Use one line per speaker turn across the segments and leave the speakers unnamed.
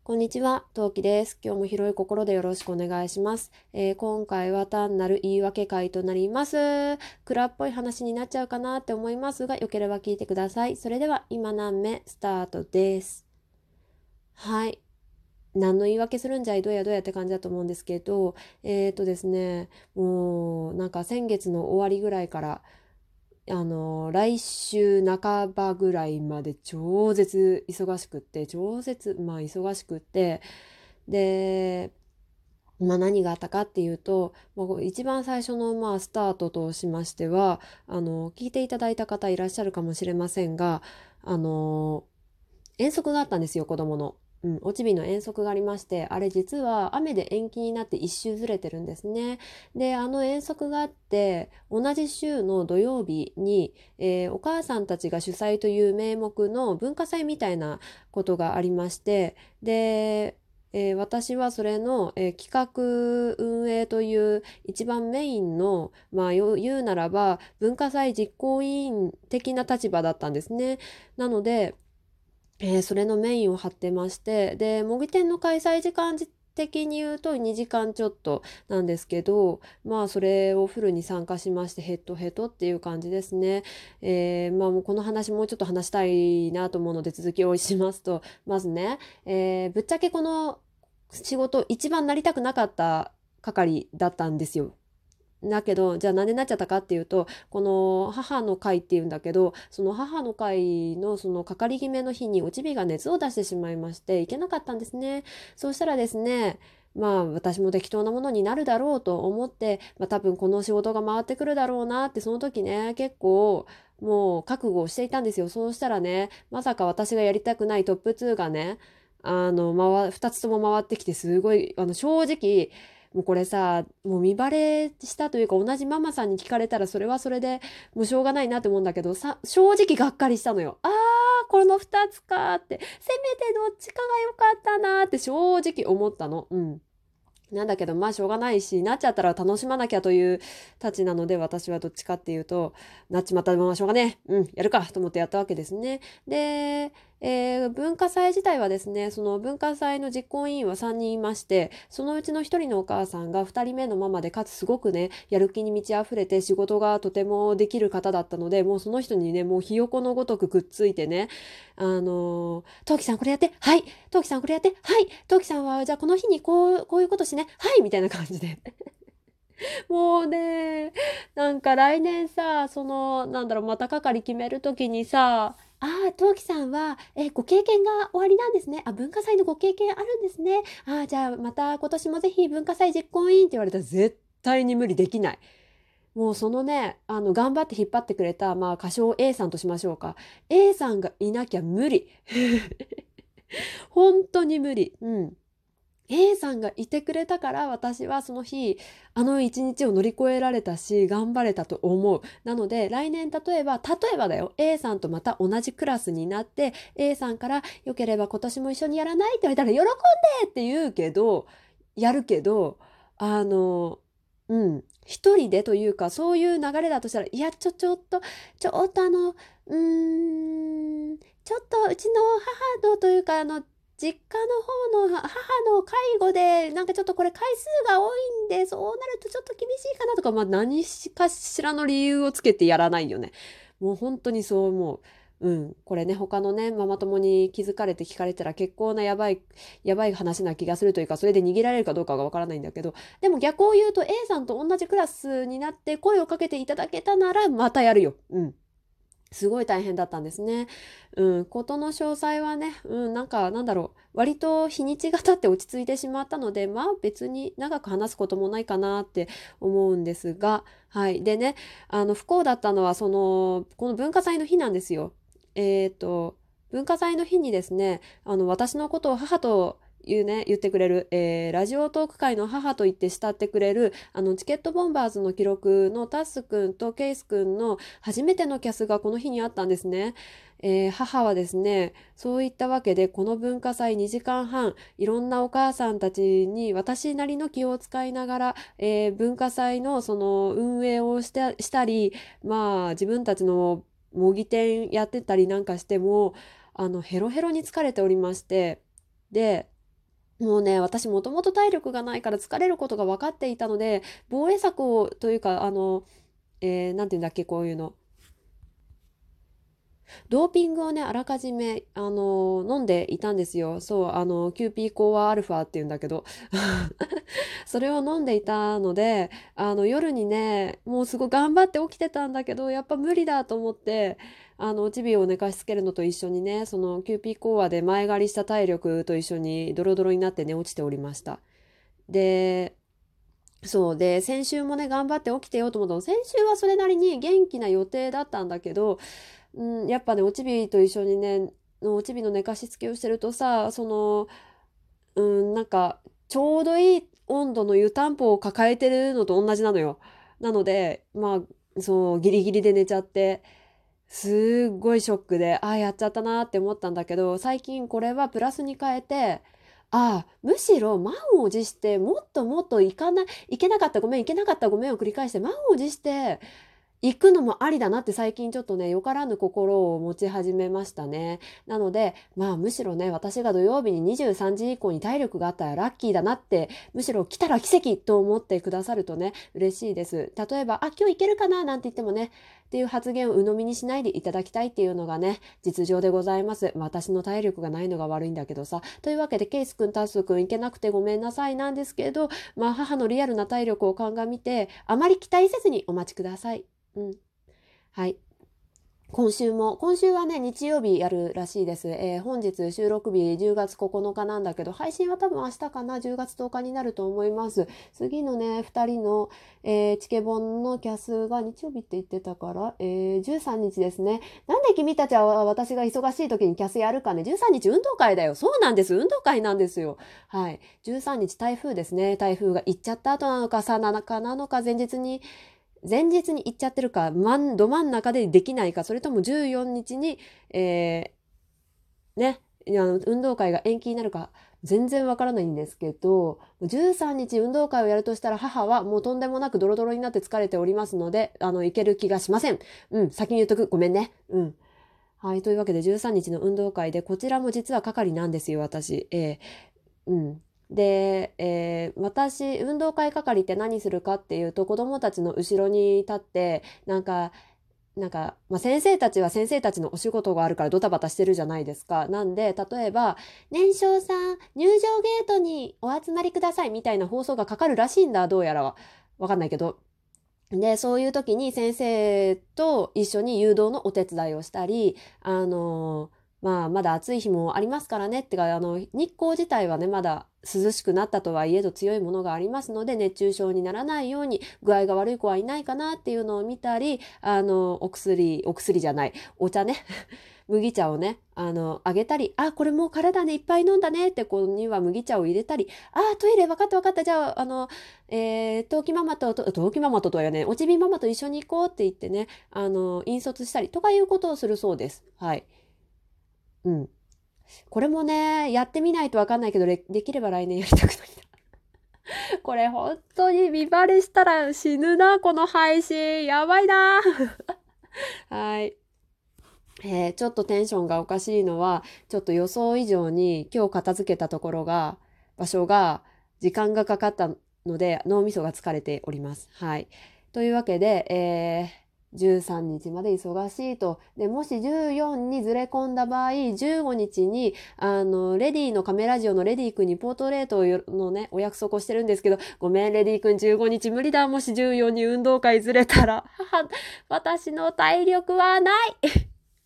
こんにちは、トウキです。今日も広い心でよろしくお願いします。今回は単なる言い訳会となります。蔵っぽい話になっちゃうかなって思いますが、よければ聞いてください。それでは今何目スタートです。はい。何の言い訳するんじゃいどうやどうやって感じだと思うんですけど、ですね、もうなんか先月の終わりぐらいから来週半ばぐらいまで超絶忙しくって、忙しくって、で、何があったかっていうと、一番最初のスタートとしましては、聞いていただいた方いらっしゃるかもしれませんが、あの、遠足があったんですよ、子供の。おちびの遠足がありまして、あれ実は雨で延期になって一周ずれてるんですね。で、あの遠足があって、同じ週の土曜日に、お母さんたちが主催という名目の文化祭みたいなことがありまして、で、私はそれの、企画運営という一番メインの、言うならば文化祭実行委員的な立場だったんですね。なので、それのメインを張ってまして、で、模擬店の開催時間的に言うと2時間ちょっとなんですけど、それをフルに参加しましてヘトヘトっていう感じですね。もうこの話もうちょっと話したいなと思うので続きをしますと、まずね、ぶっちゃけこの仕事一番なりたくなかった係だったんですよ。だけど、じゃあなんでなっちゃったかっていうと、この母の会っていうんだけど、その母の会のそのかかり決めの日におちびが熱を出してしまいまして、行けなかったんですね。そうしたらですね、私も適当なものになるだろうと思って、多分この仕事が回ってくるだろうなって、その時ね、結構もう覚悟をしていたんですよ。そうしたらね、まさか私がやりたくないトップ2がね、2つとも回ってきて、すごい、正直、もうこれさ、もう見バレしたというか同じママさんに聞かれたらそれはそれでもうしょうがないなと思うんだけどさ、正直がっかりしたのよ。この2つかって、せめてどっちかが良かったなって正直思ったの。うん。なんだけど、しょうがないし、なっちゃったら楽しまなきゃというたちなので、私はどっちかっていうと、なっちまったまましょうがねえ。やるかと思ってやったわけですね。で、文化祭自体はですね、その文化祭の実行委員は3人いまして、そのうちの1人のお母さんが2人目のママで、かつすごくね、やる気に満ち溢れて仕事がとてもできる方だったので、もうその人にね、もうひよこのごとくくっついてね、トウキさんこれやって、はい、トウキさんこれやって、はい、トウキさんはじゃあこの日にこういうことしね、はい、みたいな感じで。もうね、なんか来年さ、また係決めるときにさ、トウキさんは、ご経験がおありなんですね。文化祭のご経験あるんですね。じゃあまた今年もぜひ文化祭実行委員って言われたら絶対に無理できない。もうそのね、頑張って引っ張ってくれた、歌唱 A さんとしましょうか。A さんがいなきゃ無理。本当に無理。うん。A さんがいてくれたから私はその日あの一日を乗り越えられたし頑張れたと思う。なので来年例えばだよ、 A さんとまた同じクラスになって A さんから「よければ今年も一緒にやらない?」って言われたら「喜んで!」って言うけど、やるけど、あの一人でというかそういう流れだとしたら、いやちょっとちょっとうちの母のというか実家の方の母の介護で、なんかちょっとこれ回数が多いんで、そうなるとちょっと厳しいかなとか、何かしらの理由をつけてやらないよね。もう本当にそう思う。これね、他のね、ママ友に気づかれて聞かれたら結構なやばい話な気がするというか、それで逃げられるかどうかがわからないんだけど、でも逆を言うと A さんと同じクラスになって声をかけていただけたなら、またやるよ。すごい大変だったんですね。ことの詳細はね、なんだろう、割と日にちが経って落ち着いてしまったので、別に長く話すこともないかなって思うんですが、はい。でね、不幸だったのは、この文化祭の日なんですよ。文化祭の日にですね、私のことを母と言ってくれる、ラジオトーク界の母と言って慕ってくれる、チケットボンバーズの記録のタッスくんとケイスくんの初めてのキャスがこの日にあったんですね。母はですね、そういったわけで、この文化祭2時間半、いろんなお母さんたちに私なりの気を使いながら、文化祭のその運営をしたり、自分たちの模擬店やってたりなんかしても、ヘロヘロに疲れておりまして、で、 もうね、私もともと体力がないから疲れることが分かっていたので、防衛策をというか、なんていうんだっけ、こういうの。ドーピングをね、あらかじめ、飲んでいたんですよ。そう、キューピーコアアルファっていうんだけど、それを飲んでいたので、夜にね、もうすごい頑張って起きてたんだけど、やっぱ無理だと思って、おちびを寝かしつけるのと一緒にね、そのキューピーコアで前借りした体力と一緒にドロドロになって寝落ちておりました。で、そうで、先週もね、頑張って起きてようと思ったの。先週はそれなりに元気な予定だったんだけど、やっぱね、おちびと一緒にね、おちびの寝かしつけをしてるとさ、なんか、ちょうどいい温度の湯たんぽを抱えてるのと同じなのよ。なので、まあ、そう、ギリギリで寝ちゃって、すっごいショックで、ああ、やっちゃったなって思ったんだけど、最近これはプラスに変えて、ああ、むしろ満を持して、もっともっといけなかったごめん、いけなかったごめんを繰り返して、満を持して、行くのもありだなって最近ちょっとね、よからぬ心を持ち始めましたね。なので、まあむしろね、私が土曜日に23時以降に体力があったらラッキーだなって、むしろ来たら奇跡と思ってくださるとね、嬉しいです。例えば、あ、今日行けるかななんて言ってもね、っていう発言を鵜呑みにしないでいただきたいっていうのがね、実情でございます。私の体力がないのが悪いんだけどさ。というわけで、ケイスくん、タスくん行けなくてごめんなさいなんですけど、まあ母のリアルな体力を鑑みて、あまり期待せずにお待ちください。うん。はい。今週はね、日曜日やるらしいです。本日収録日10月9日なんだけど、配信は多分明日かな、10月10日になると思います。次のね、2人の、チケボンのキャスが日曜日って言ってたから、13日ですね。なんで君たちは私が忙しい時にキャスやるかね。13日運動会だよ。そうなんです。運動会なんですよ。はい。13日台風ですね。台風が行っちゃった後なのか、さなかなのか、前日に行っちゃってるか、ど真ん中でできないか、それとも14日に、ね、運動会が延期になるか、全然わからないんですけど、13日運動会をやるとしたら母はもうとんでもなくドロドロになって疲れておりますので、行ける気がしません。うん、先に言っとく。ごめんね。うん。はい、というわけで13日の運動会で、こちらも実は係なんですよ、私。うん。で、私、運動会係って何するかっていうと、子供たちの後ろに立って、まあ、先生たちは先生たちのお仕事があるからドタバタしてるじゃないですか。なんで、例えば、年少さん、入場ゲートにお集まりくださいみたいな放送がかかるらしいんだ、どうやらは。わかんないけど。で、そういう時に先生と一緒に誘導のお手伝いをしたり、まあ、まだ暑い日もありますからねってか、日光自体はね、まだ涼しくなったとはいえど強いものがありますので、熱中症にならないように具合が悪い子はいないかなっていうのを見たり、お薬じゃない、お茶ね。麦茶をね、あげたり、あ、これもう体ね、いっぱい飲んだねって子には麦茶を入れたり、あ、トイレ分かった分かった、じゃあ、陶器ママととはね、おちびママと一緒に行こうって言ってね、引率したりとかいうことをするそうです。はい。うん。これもね、やってみないと分かんないけど、できれば来年やりたくないな。これ本当に見バレしたら死ぬな、この配信。やばいな。はい。ちょっとテンションがおかしいのは、ちょっと予想以上に今日片付けたところが、場所が、時間がかかったので、脳みそが疲れております。はい。というわけで、13日まで忙しいと。で、もし14にずれ込んだ場合、15日に、レディのカメラジオのレディ君にポートレートのね、お約束をしてるんですけど、ごめん、レディ君15日無理だ。もし14に運動会ずれたら。私の体力はない。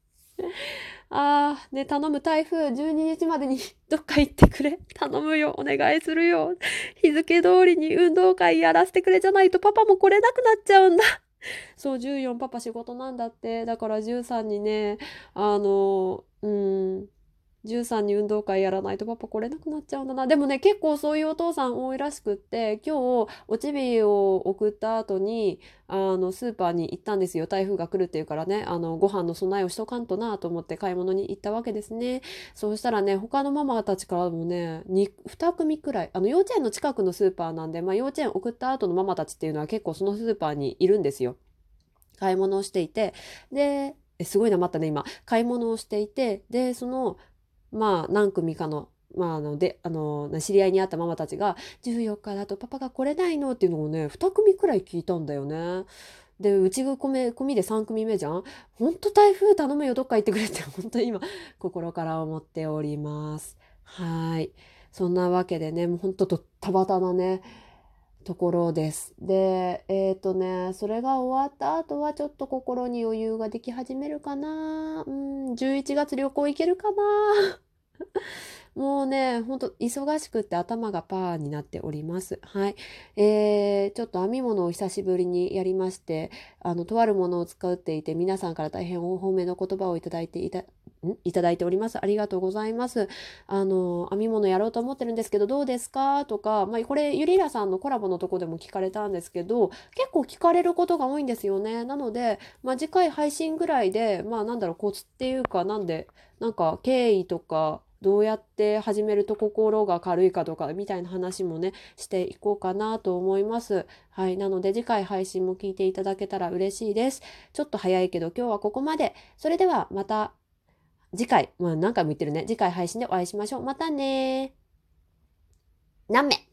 ああ、ね、頼む台風12日までにどっか行ってくれ。頼むよ。お願いするよ。日付通りに運動会やらせてくれじゃないとパパも来れなくなっちゃうんだ。そう、14パパ仕事なんだって。だから13にね、13に運動会やらないとパパ来れなくなっちゃうんだな。でもね、結構そういうお父さん多いらしくって、今日、おちびを送った後に、スーパーに行ったんですよ。台風が来るっていうからね、ご飯の備えをしとかんとなと思って買い物に行ったわけですね。そうしたらね、他のママたちからもね、2組くらい、幼稚園の近くのスーパーなんで、まあ幼稚園送った後のママたちっていうのは結構そのスーパーにいるんですよ。買い物をしていて、で、すごいなまったね、今。買い物をしていて、で、まあ、何組かの、 知り合いに会ったママたちが14日だとパパが来れないのっていうのをね、2組くらい聞いたんだよね。で、うちが組で3組目じゃん。ほんと台風頼むよ、どっか行ってくれって本当に今心から思っております。はい。そんなわけでね、もうほんとドッタバタなね、ところです。で、それが終わった後はちょっと心に余裕ができ始めるかな。11月旅行行けるかな。もうね、ほんと忙しくって頭がパーになっております。はい。ちょっと編み物を久しぶりにやりまして、とあるものを使っていて、皆さんから大変お褒めの言葉をいただいております。ありがとうございます。編み物やろうと思ってるんですけど、どうですかとか、これ、ゆりらさんのコラボのとこでも聞かれたんですけど、結構聞かれることが多いんですよね。なので、次回配信ぐらいで、コツっていうか、なんか経緯とか、どうやって始めると心が軽いかとかみたいな話もね、していこうかなと思います。はい。なので次回配信も聞いていただけたら嬉しいです。ちょっと早いけど今日はここまで。それではまた次回、何回も言ってるね。次回配信でお会いしましょう。またねー。何名